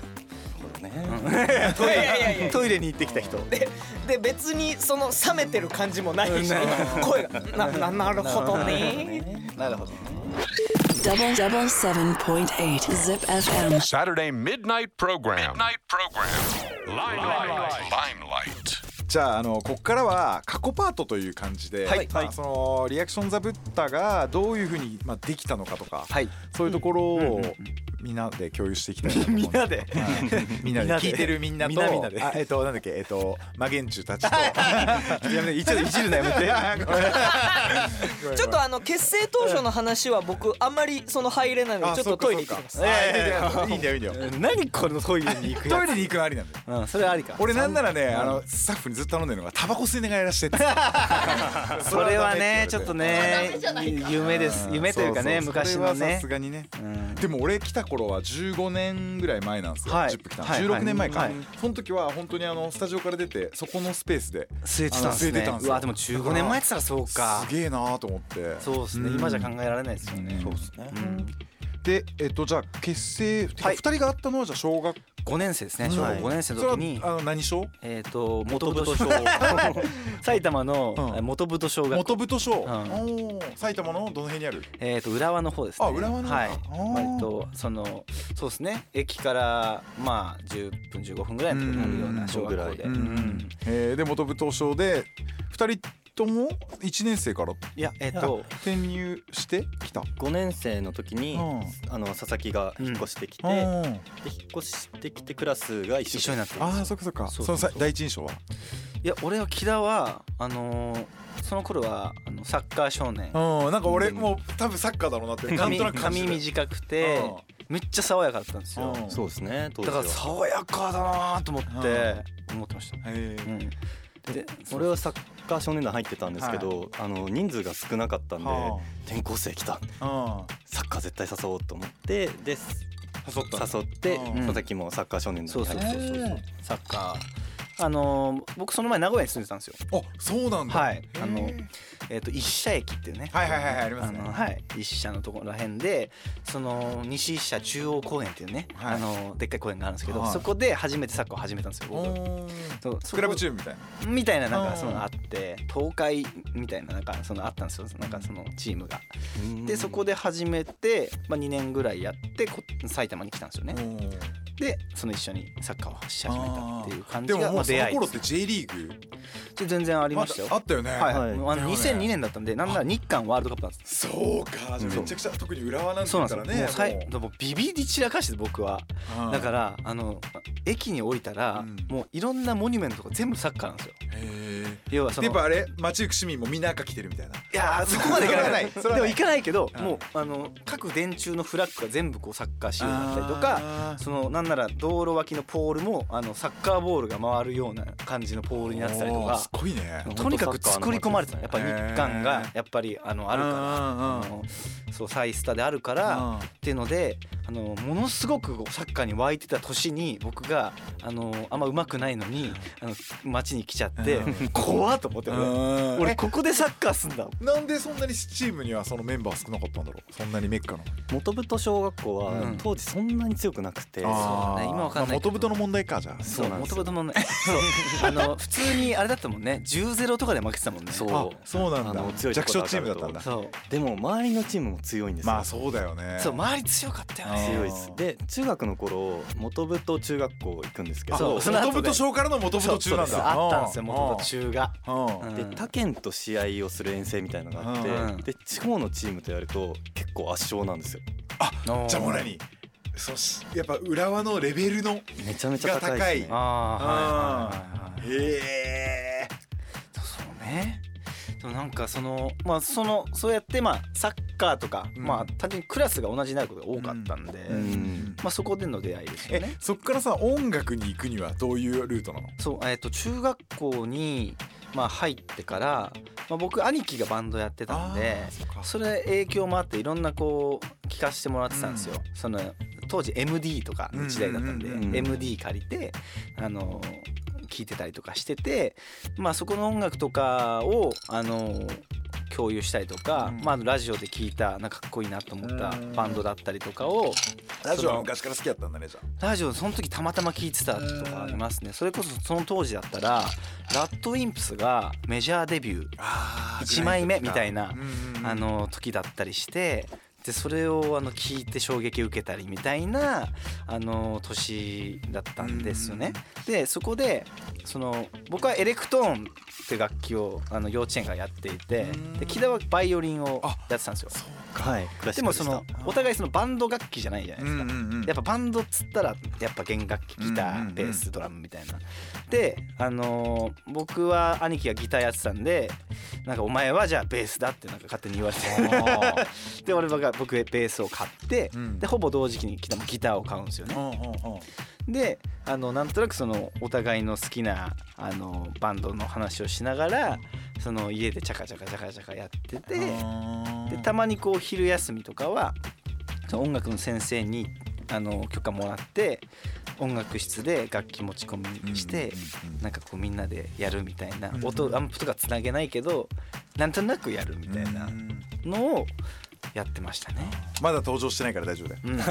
いやいやいやトイレに行ってきた人でで別にその冷めてる感じもないし声がなななるほどね。 なるほどね。 Double double seven point eight Zip エフエム Saturday midnight program. Midnight program. Limelight. Limelight. じゃああのここからは過去パートという感じで、 はいまあそのリアクションザブッダがどういうふうにまあできたのかとか、 はいそういうところをみんなで共有していきたいなと思う。 みんなではいみんなで聞いてるみんなとみんなみんなであえっとなんだっけえっとマゲンチュたちとやめて一応いじるのやめてちょっとあの結成当初の話は僕あんまりその入れないのでちょっとトイレ行ってきます。 あいいんだよいいんだよいいんだよ。 何このトイレに行くやトイレに行くのありなんだよ。 つ、うん、それありか。 俺なんならねあのスタッフにずっと頼んでるのがタバコ吸いながらやらしてってそれはねちょっとね夢です夢というかねそうそう昔のそれはさねすがにね。 うんでも俺来た頃はじゅうごねんぐらい前なんですよ。 はいジップ来たのはいじゅうろくねんまえか、 はいその時は本当にあのスタジオから出てそこのスペースで吸えてたんですねあの吸えてたんですようわでもじゅうごねんまえって言ったらそうかすげえなーと思ってそうですねん今じゃ考えられないですよねそうですねうんでえっとじゃあ結成てかはいふたりがあったのはじゃあ小学ごねん生ですね小学ごねん生のそれ時にはあの何小えっと元太小埼玉のうん元太小学校元太小、 んおー埼玉のどの辺にあるえっと浦和の方ですねあ浦和の方かはいあー割とそのそうですね駅からまあじゅっぷんじゅうごふんぐらいのところにあるような小学校でううんんえーで元太小でふたりともいちねん生からいやえっと転入してきた。 ごねん生の時にうんあの佐々木が引っ越してきて、 うんで引っ越してきてクラスが一緒一緒になってるああそっかそっか。 そうそそうそうのさ第一印象はいや俺は木田はあのーその頃はあのサッカー少年うんなんか俺もう多分サッカーだろうなってなん髪となく感じ髪て短くてめっちゃ爽やかだったんですようんそうですね当時はだから爽やかだなと思って思ってましたへーうんで俺はサッカー少年団入ってたんですけど、あの人数が少なかったんでは転校生来たあサッカー絶対誘おうと思ってで誘ったんだ誘ってうん佐々木もサッカー少年団そうに入ってそうそうそうサッカーあのー僕その前名古屋に住んでたんですよあそうなんだはいへーあのえっと一社駅っていうねはいはいはいはいありますねのはい一社のところらへんでその西一社中央公園っていうねはいあのでっかい公園があるんですけどはいそこで初めてサッカーを始めたんですよ僕おーそうそこクラブチームみたいなみたいななんうんかそのあって東海みたいななんかそのあったんですよなんかそのチームがでそこで始めてまあにねんぐらいやってこ埼玉に来たんですよねおーでその一緒にサッカーをし始めたっていう感じでもがまあもうその出会いです頃って J リーグで全然ありましたよあったよねはい、 はいあのだよねにせんにねんだったんでなんなら日韓ワールドカップなんですそうかじゃあめちゃくちゃ特に浦和なんてそうなん言ったらねですよもうさいでもビビり散らかして僕はうんだからあの駅に降りたら、 うんもういろんなモニュメントとか全部サッカーなんですよへ要はそのえやっぱあれ街行く市民もみんな赤着てるみたいないやーそこまでいかないそれはないでも行かないけどうんもうあの各電柱のフラッグが全部こうサッカー仕様だったりとかあーそのなんなら道路脇のポールもあのサッカーボールが回るような感じのポールになってたりとかおーすごいねとにかく作り込まれてたやっぱ日韓がやっぱりあのあるからうんうんうんあのそうサイスタであるからっていうのであのものすごくサッカーに湧いてた年に僕があのあんま上手くないのにあの街に来ちゃってうん怖っと思って俺うん俺ここでサッカーすんだなんでそんなにチームにはそのメンバー少なかったんだろうそんなにメッカの元太小学校はうん当時そんなに強くなくて、 あーね今わかんないまあ元々の問題かじゃあそうなんですよ元々のねそうあの普通にあれだったもんねじゅうたいゼロとかで負けてたもんねそうあそうなんだあの強いと弱小ころチームだったんだそうでも周りのチームも強いんですよ、 まあそうだよねそう周り強かったよね強いですで中学の頃元太中学校行くんですけあどその後で元々小からの元々中なんそうだあったんですよ元々中がうんうんで他県と試合をする遠征みたいなのがあって、 うんで地方のチームとやると結構圧勝なんですよじゃあもう何そうしやっぱ浦和のレベルのめちゃめちゃ高いですねああはいはいはいはいへえそうねでもなんかそのまあそのそうやってまあサッカーとか、 うんまあ単純にクラスが同じになることが多かったんで、 うんまあそこでの出会いですよえね。 そっからさ音楽に行くにはどういうルートなのそうえっ、と中学校にまあ入ってから、まあ僕兄貴がバンドやってたんであーそっかそれ影響もあっていろんなこう聞かせてもらってたんですよ。その当時 エムディー とかの時代だったんで、 うんうんうんエムディー 借りてあの聴いてたりとかしてて、まあそこの音楽とかをあの共有したりとか、 うんまあラジオで聴いたなんかかっこいいなと思ったバンドだったりとかを、 ラジオは昔から好きだったんだねじゃあ。 ラジオその時たまたま聴いてたとかありますね。それこそその当時だったらラッドウィンプスがメジャーデビューあーいちまいめみたいなうんうんうんあの時だったりして、でそれをあの聞いて衝撃受けたりみたいなあの年だったんですよね。でそこでその僕はエレクトーンって楽器をあの幼稚園からやっていて、で木田はバイオリンをやってたんですよ。 はいクラシックでしたでもそのお互いそのバンド楽器じゃないじゃないですか。 うんうんうんやっぱバンドっつったらやっぱ弦楽器ギターうんうんうんベースドラムみたいな。であのー僕は兄貴がギターやってたんで、なんかお前はじゃあベースだってなんか勝手に言われてで俺が僕ベースを買って、 うんでほぼ同時期にギターもギターを買うんですよね。 うんうんうんであのなんとなくそのお互いの好きなあのバンドの話をしながらその家でチャカチャカチャカチャカやってて、でたまにこう昼休みとかはその音楽の先生にあの許可もらって音楽室で楽器持ち込みして、なんかこうみんなでやるみたいな、音アンプとかつなげないけどなんとなくやるみたいなのをやってましたね。 まだ登場してないから大丈夫だよ。 うん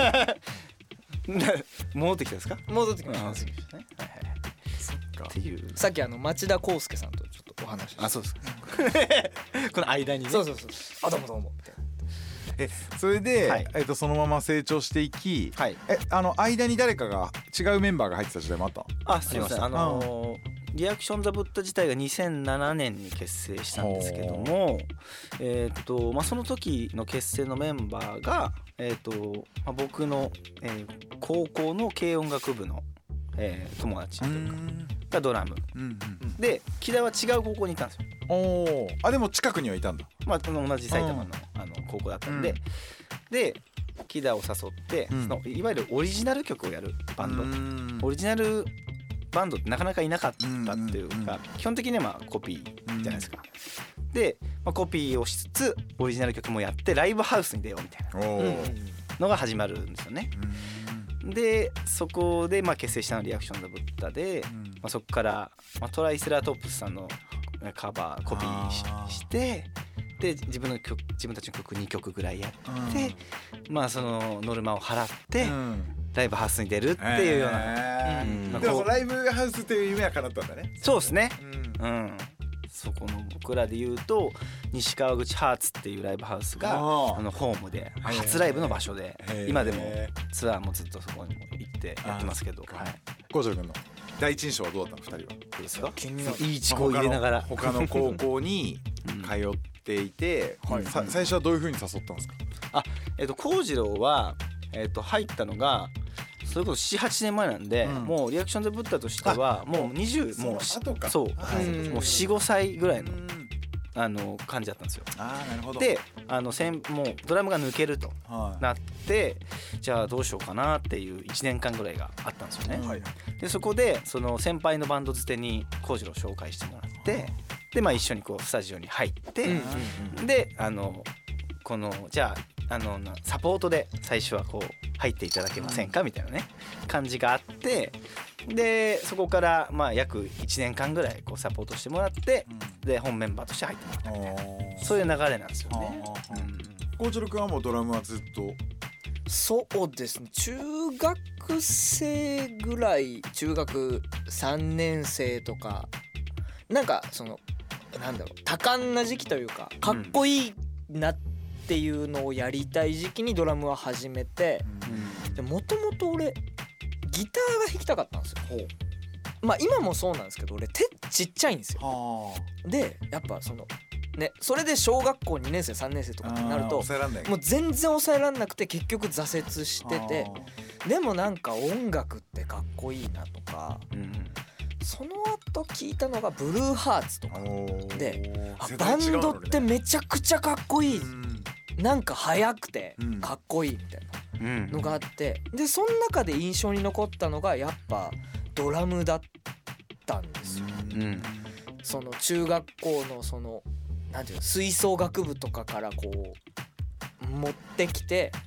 戻ってきたんですか？ 戻ってきました。 戻ってきましたね。はいはいはいそっかっていう。 さっきあの町田康介さんとちょっとお話ししてあ、そうですか。この間にね。 そうそうそうあどうもどうもみたいな。 えそれで、 はいえっとそのまま成長していき、 はい。 えあの間に誰かが違うメンバーが入ってた時代もあったの？ あ、そうですね。ああのーリアクションザブッダ自体がにせんななねんに結成したんですけども、えーっとまあその時の結成のメンバーがえーっとまあ僕のえー高校の軽音楽部のえー友達というかがドラムうんうんで、木田は違う高校にいたんですよ。 おおあでも近くにはいたんだ。 まあその同じ埼玉のあの高校だったんで、で木田を誘ってうんそのいわゆるオリジナル曲をやるバンド。 ンオリジナルバンドってなかなかいなかったっていううんうんうんか、基本的にはまあコピーじゃないですか。で、まあ、コピーをしつつオリジナル曲もやってライブハウスに出ようみたいなおお、うんのが始まるんですよね。でそこでまあ結成したのがリアクションザブッダで、まあ、そこから、まあ、トライセラトップスさんのカバーコピーしあーしてで自分の曲自分たちの曲にきょくぐらいやって、まあそのノルマを払ってうんライブハウスに出るっていうような、 えーうんでもそのライブハウスっていう夢は叶ったんだね。 そうですね。 うんうん、そこの僕らで言うと西川口ハーツっていうライブハウスがあーあのホームで初ライブの場所でへー今でもツアーもずっとそこにも行ってやってますけど、 あーそっかはい、 コウジョウ君の第一印象はどうだったのふたりは？ どうですか？ 気になるいいチコを入れながら他の他の高校にうん通っていて、 はいさ最初はどういう風に誘ったんですか？ えっと幸次郎はえっと入ったのがそれこそななはちねんまえなんで、 うんもうリアクションザブッダとしてはもうにじゅうもうその後かそうはいうんもうよん、ごさいぐらいのうんあの感じだったんですよ。 ああなるほど。 であのせんもうドラムが抜けるとはいなってじゃあどうしようかなっていういちねんかんぐらいがあったんですよね。 はいでそこでその先輩のバンドづてに幸次郎を紹介してもらってで、まあ、一緒にこうスタジオに入って、であのこのじゃああのなサポートで最初はこう入っていただけませんかみたいなね感じがあってでそこからまあ約いちねんかんぐらいこうサポートしてもらってで本メンバーとして入ってもらったみたいなそういう流れなんですよね。うんコウジョウ君はもうドラムはずっとそうですね中学生ぐらい中学さんねん生とかなんかそのなんだろう多感な時期というかかっこいいなっていうのをやりたい時期にドラムは始めてでもともと俺ギターが弾きたかったんですよ。まあ今もそうなんですけど俺手ちっちゃいんですよ。 はでやっぱそのねそれで小学校にねん生さんねん生とかになると抑えらんないもう全然抑えられなくて結局挫折しててでもなんか音楽ってかっこいいなとかうんその後聞いたのがブルーハーツとかであバ世代違うのねンドってめちゃくちゃかっこいいうんなんか速くてうんかっこいいみたいうんなのがあってでその中で印象に残ったのがやっぱドラムだったんですよ。 うんその中学校のそのなんていうの吹奏楽部とかからこう持ってきて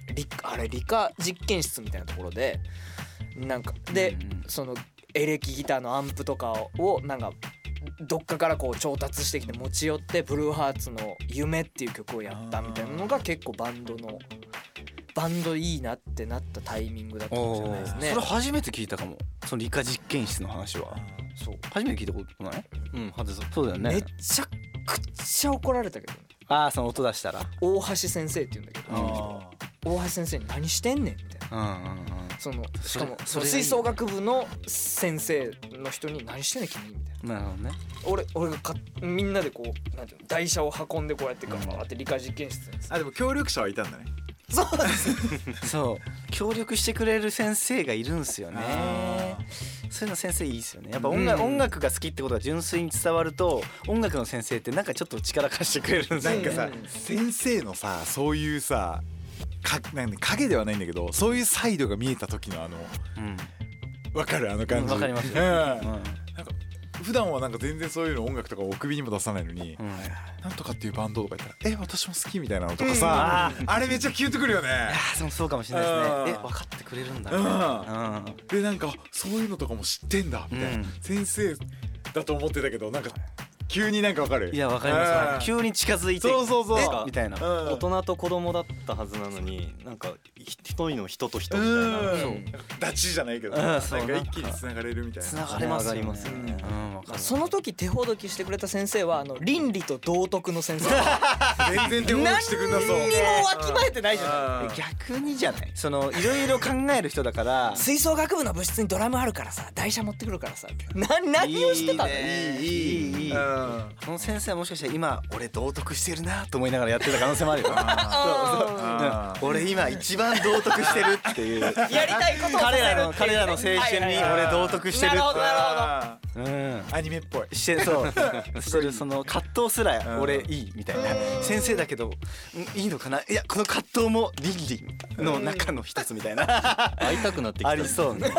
理あれ理科実験室みたいなところでなんかで、うん、そのエレキギターのアンプとかをなんかどっかからこう調達してきて持ち寄ってブルーハーツの夢っていう曲をやったみたいなのが結構バンドのバンドいいなってなったタイミングだったかもしれないですね。 それ初めて聞いたかも。その理科実験室の話は。そう初めて聞いたことない？うん、はずそうだよね。 めちゃくちゃ怒られたけどね。 ああその音出したら。 大橋先生って言うんだけど、大橋先生に何してんねんみたいな。うんうんうん、そのしかもその吹奏楽部の先生の人に何してんねん君みたいな。 なるほどね。 俺俺がかみんなでこうなんていうの台車を運んでこうやってガーって理科実験室に。 あでも協力者はいたんだね。 そうですそう協力してくれる先生がいるんすよね。そういうの先生いいですよね。やっぱ音楽、うん、音楽が好きってことが純粋に伝わると音楽の先生ってなんかちょっと力貸してくれるんですよ。 なんかさ、うん、先生のさそういうさかなんか影ではないんだけどそういうサイドが見えた時のあのわ、うん、かるあの感じ。 わかりますよ、 うん、なんか普段はなんか全然そういうの音楽とかお首にも出さないのに、うん、なんとかっていうバンドとか言ったらえ私も好きみたいなのとかさ、うん、あ, あれめっちゃキュンとくるよね。いやそそうかもしれないですね。え分かってくれるんだ、うんうん、でなんかそういうのとかも知ってんだみたいな、うん、先生だと思ってたけどなんか急になんかわかる。 いやわかります。急に近づいてそうそうそうみたいな、 うん、大人と子供だったはずなのになんか一人の人と人みたいな、うん、 そうダチじゃないけど、うん、なんか一気に繋がれるみたいな。 繋がれますよね。ますよね、 うん、その時手ほどきしてくれた先生はあの倫理と道徳の先生全然手ほどきしてくんなそう。 何にもわきまえてないじゃない。 逆にじゃないそのいろいろ考える人だから吹奏楽部の部室にドラムあるからさ台車持ってくるからさな何をしてたの。いいいいいいい、うん、その先生はもしかしたら今俺道徳してるなと思いながらやってた可能性もあるよ。そうそう俺今一番道徳してるっていうやりたいことを彼らの彼らの青春に俺道徳してるって。 なるほどなるほど、うん、アニメっぽいしてそうしてるその葛藤すら俺いいみたいな先生だけどいいのかないやこの葛藤も倫理の中の一つみたいな会いたくなってきたありそうね。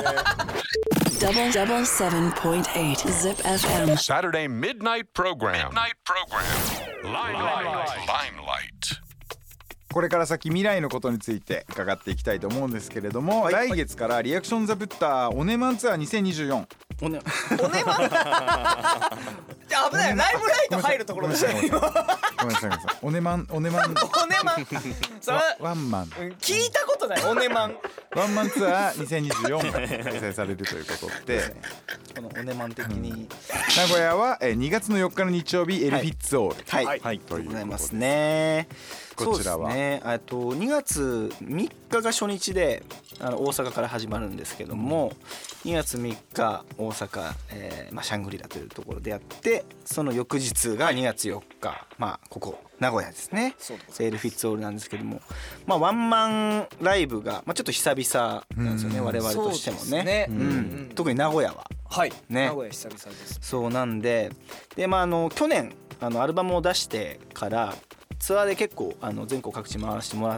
Double double seven point eight Zip エフエム Saturday Midnight Program Midnight Program Limelight Limelight これから先未来のことについて伺っていきたいと思うんですけれども、はい、来月からリアクションザブッターオネマンツアーにせんにじゅうよんおねおねマンじゃ危ないライブライト入るところでしたね。 ごめんなさいごめんなさいおねマンおねマンおねマンそれワンマン聞いたことないおねマンワンマンツアーにせんにじゅうよんが開催されるということでこのおねマン的に、うん、 名古屋はにがつのよっかの日曜日エルフィッツオールはい、はいはい、 ということでございますね。 こちらは、 ね、あとにがつみっかが初日であの大阪から始まるんですけどもにがつみっか大阪、えーまあ、シャングリラというところでやってその翌日がにがつよっか、まあ、ここ名古屋ですねエルフィッツオールなんですけども、まあ、ワンマンライブが、まあ、ちょっと久々なんですよね我々としてもね、うんうん、特に名古屋は、 はいね、 名古屋久々ですそうなんで、で、まあ、あの去年あのアルバムを出してからツアーで結構あの全国各地回らせてもらって、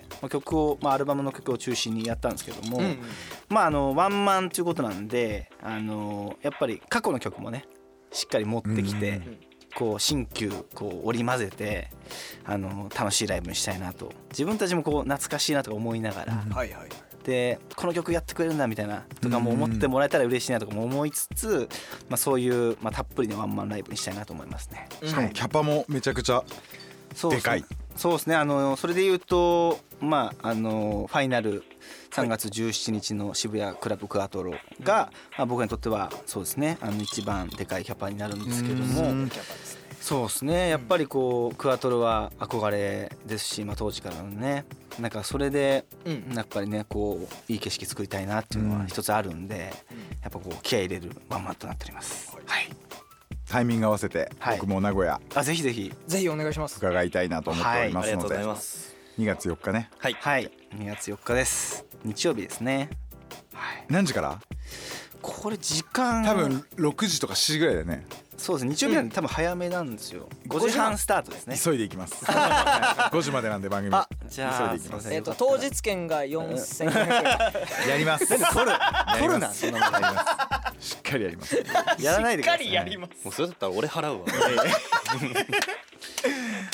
まあ、曲を、まあ、アルバムの曲を中心にやったんですけども、うんうん、まああのワンマンということなんであのやっぱり過去の曲もねしっかり持ってきて、うんうん、こう新旧こう織り交ぜてあの楽しいライブにしたいなと自分たちもこう懐かしいなとか思いながら、うんはいはい、でこの曲やってくれるんだみたいなとかも思ってもらえたら嬉しいなとかも思いつつ、まあ、そういう、まあ、たっぷりのワンマンライブにしたいなと思いますね。 しかもキャパもめちゃくちゃでかい。 そうですね。あのそれで言うと、まああのファイナルさんがつじゅうしちにちの渋谷クラブクアトロが、まあ、僕にとってはそうですね。あの一番でかいキャパになるんですけども、そうですね。やっぱりこうクアトロは憧れですし、まあ当時からのね、なんかそれでやっぱりねこういい景色作りたいなっていうのは一つあるんで、やっぱこう気合い入れるワンマンとなっております。はい。 タイミング合わせて僕も名古屋、 あぜひぜひぜひお願いします伺いたいなと思っておりますので、 はい、ますにがつよっかねはい、はい、にがつよっかです日曜日ですね、 はい、何時から？ これ時間多分ろくじとかしちじぐらいだよね。 そうです日曜日なんで多分早めなんですよ、うん、ごじはんスタートですね。 急いでいきますごじまでなんで番組あじゃあ急いでいきます。 えー、と当日券がよんせんごひゃくえんやります取る取るなそんなものやりますしっかりやりますやらないでください、 しっかりやります。 もうそれだったら俺払うわ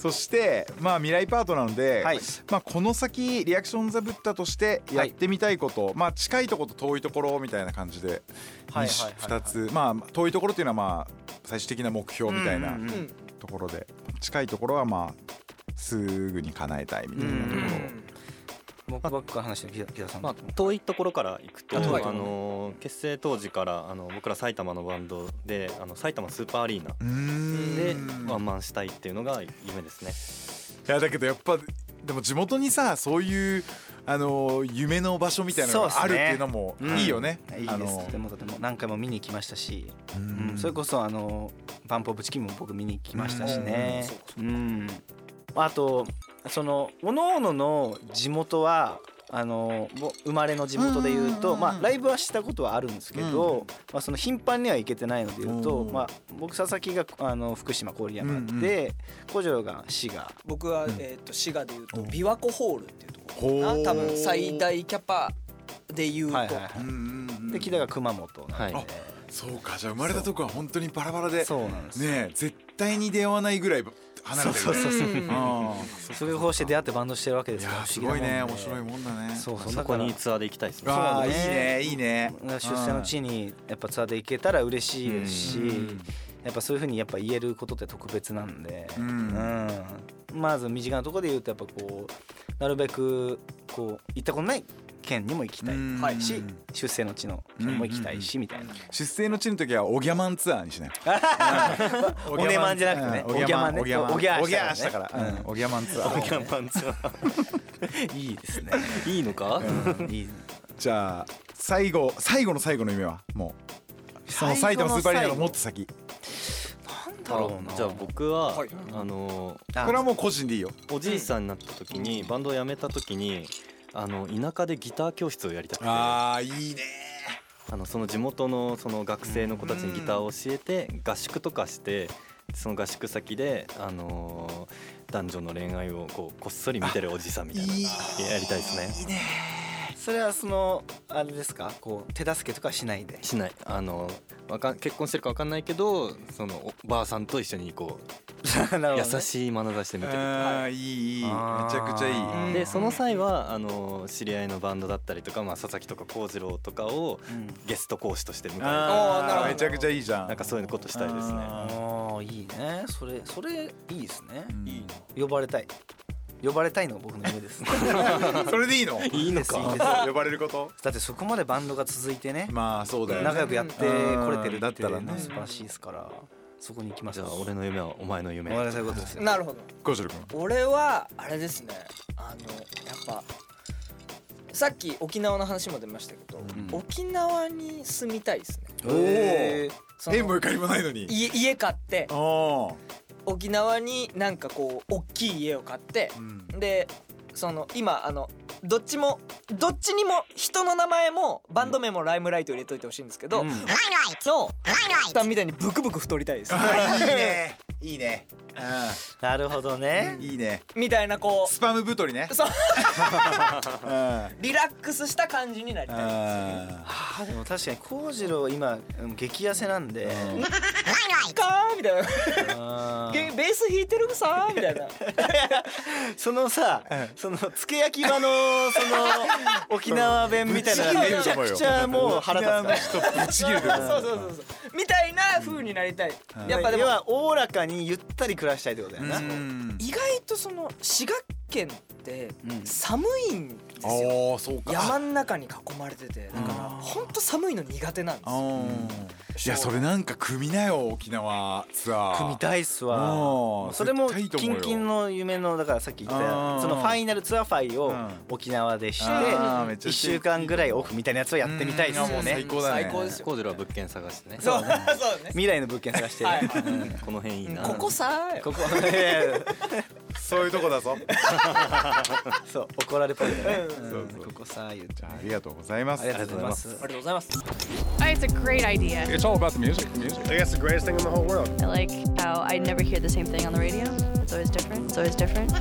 そしてまあ未来パートなので、 はいまあこの先リアクションザブッダとしてやってみたいこと、まあ近いところと遠いところみたいな感じではいはいはいはいふたつ、まあ遠いところっていうのはまあ最終的な目標みたいなうんうんうんところで、近いところはまあすぐに叶えたいみたいなところを、 僕ばっか話してる木田さん、 まあ、遠いところから行くと、ああ遠いの結成当時からあの僕ら埼玉のバンドであの埼玉スーパーアリーナうーんでワンマンしたいっていうのが夢ですね。 いやだけどやっぱでも地元にさそういうあの夢の場所みたいなのがあるっていうのもいいよね。 いいあのですとてもとても何回も見に行きましたし、 ううんん、それこそあのバンプオブチキンも僕見に行きましたしね。うんあとその各々の地元はあのぼ生まれの地元でいうと、まあライブはしたことはあるんですけど、まあその頻繁には行けてないのでいうと、まあ僕佐々木があの福島郡山で、小次郎が滋賀。 僕は、えー、と滋賀でいうと琵琶湖ホールっていうところほうかな。多分最大キャパでいうと、 はいはいはいうんうんうんで木田が熊本なんで、 はいそうか、じゃあ生まれたとこは本当にバラバラでそうなんです。 ねえ絶対に出会わないぐらい離れてる。 そうそうそううんあそれをこうして出会ってバンドしてるわけですよ。 ーいやーすごいね、面白いもんだね。 そうそうそこにツアーで行きたいですね。 ああいいそうねねいいね。 出世の地にやっぱツアーで行けたら嬉しいですし、やっぱそういう風にやっぱ言えることって特別なんで、 うんうんまず身近なところで言うとやっぱこうなるべくこう行ったことない県にも行きたいうんし、出世の地の県も行きたいしみたいな。 出生の地の時はオギャマンツアーにしない。 おねまんじゃなくてね、 うんおぎゃまんね、 おぎゃまんおぎゃおぎゃーーしたかねしたたからら、うんオギャマンツアー。 キャンパンツアーいいですね。 いいのか？ いい。 じゃあ最後最後の最後の夢はもうその埼玉スーパーアリーナのもっと先。 なんだろうな。 じゃあ僕は、 はいあのあこれはもう個人でいいよ。 おじいさんになった時にバンドを辞めた時にあの田舎でギター教室をやりたくて、あああいいね。 のその地元のその学生の子たちにギターを教えて合宿とかしてその合宿先であのー男女の恋愛をこうこっそり見てるおじさんみたいなのいいやりたいですね。 いいね。 それはそのあれですか、こう手助けとかしないで。 しないあのわかん結婚してるかわかんないけどそのおばあさんと一緒にこうなるほどね優しい眼差しで見てる。 ああいいいいめちあーゃくちゃいい。 でその際はあの知り合いのバンドだったりとか、まあ、佐々木とか幸次郎とかをうんゲスト講師として迎えるあーなるほどめちゃくちゃいいじゃん。 なんかそういうことしたいですね。 あああいいね。それそれいいですね。 うんいいな。呼ばれたい。呼ばれたいのが僕の夢です。 それでいいの？ いいのかいいですいいです呼ばれること？ だってそこまでバンドが続いてね、 まあそうだよね。 仲良くやってこれてるだっってたらね素晴らしいですから、そこに行きましじゃょう。 あ俺の夢はお前の夢。 お前がそういうことですよ。 なるほど。 コウジロ君。 俺はあれですね、あのやっぱさっき沖縄の話も出ましたけど、 ん沖縄に住みたいですね。 おお。 へーその縁もゆかりもないのに。 家家買ってああ。 沖縄になんかこう大きい家を買ってう、ん。 でその今あのどっちもどっちにも人の名前もバンド名もライムライト入れといてほしいんですけど、 うんのさんみたいにブクブク太りたいですああいいね。いいね。 なるほどねうん。いいね。 みたいなこスパム太りねう。そううん。あリラックスした感じになりたいです。 あ。 あでも確かに幸次郎今うん激痩せなんで、 かーみたいなあーゲベース弾いてるさーみたいなそのさ、そのつけ焼き場のその沖縄弁みたいなのがめちゃくちゃもう腹立つから。 ぶち切れてる。 そうそうそうそうみたいな風になりたい。やっぱでも要はおおらかにゆったり暮らしたいってことだよな。 うん。 意外とその滋賀県ってうん寒いんですよ。 ああそうか。 山の中に囲まれててだからほんと寒いの苦手なんですあよ。 ーいやそれなんか組みなよ沖縄ツアー。 組みたいっすわうん。 それも絶対いいと思うよキンキンの夢のだからさっき言っあーたそのファイナルツアーファイをうん沖縄でしてあーめっちゃいっしゅうかんぐらいオフみたいなやつをやってみたいですようんもうね最高だね。 最高ですよ。 幸次郎は物件探してね。 そうそうね。 未来の物件探してはいねこの辺いいな。 ここさーここいやいやそういうとこだぞ。 そう怒られポイントねうんうんここさ言っちゃうありがとうございます。 ありがとうございますありがとうございます。 Oh, it's a great idea. It's all about the music. Music. I guess the greatest thing in the whole world. I like how I never hear the same thing on the radio. It's always different. It's always different.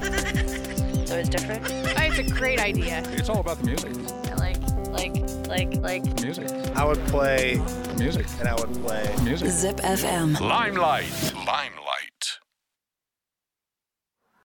It's always different. Oh, it's a great idea. It's all about the music. I like, like, like, like. Music. I would play music, and I would play music. Zip F M. Limelight. Limelight.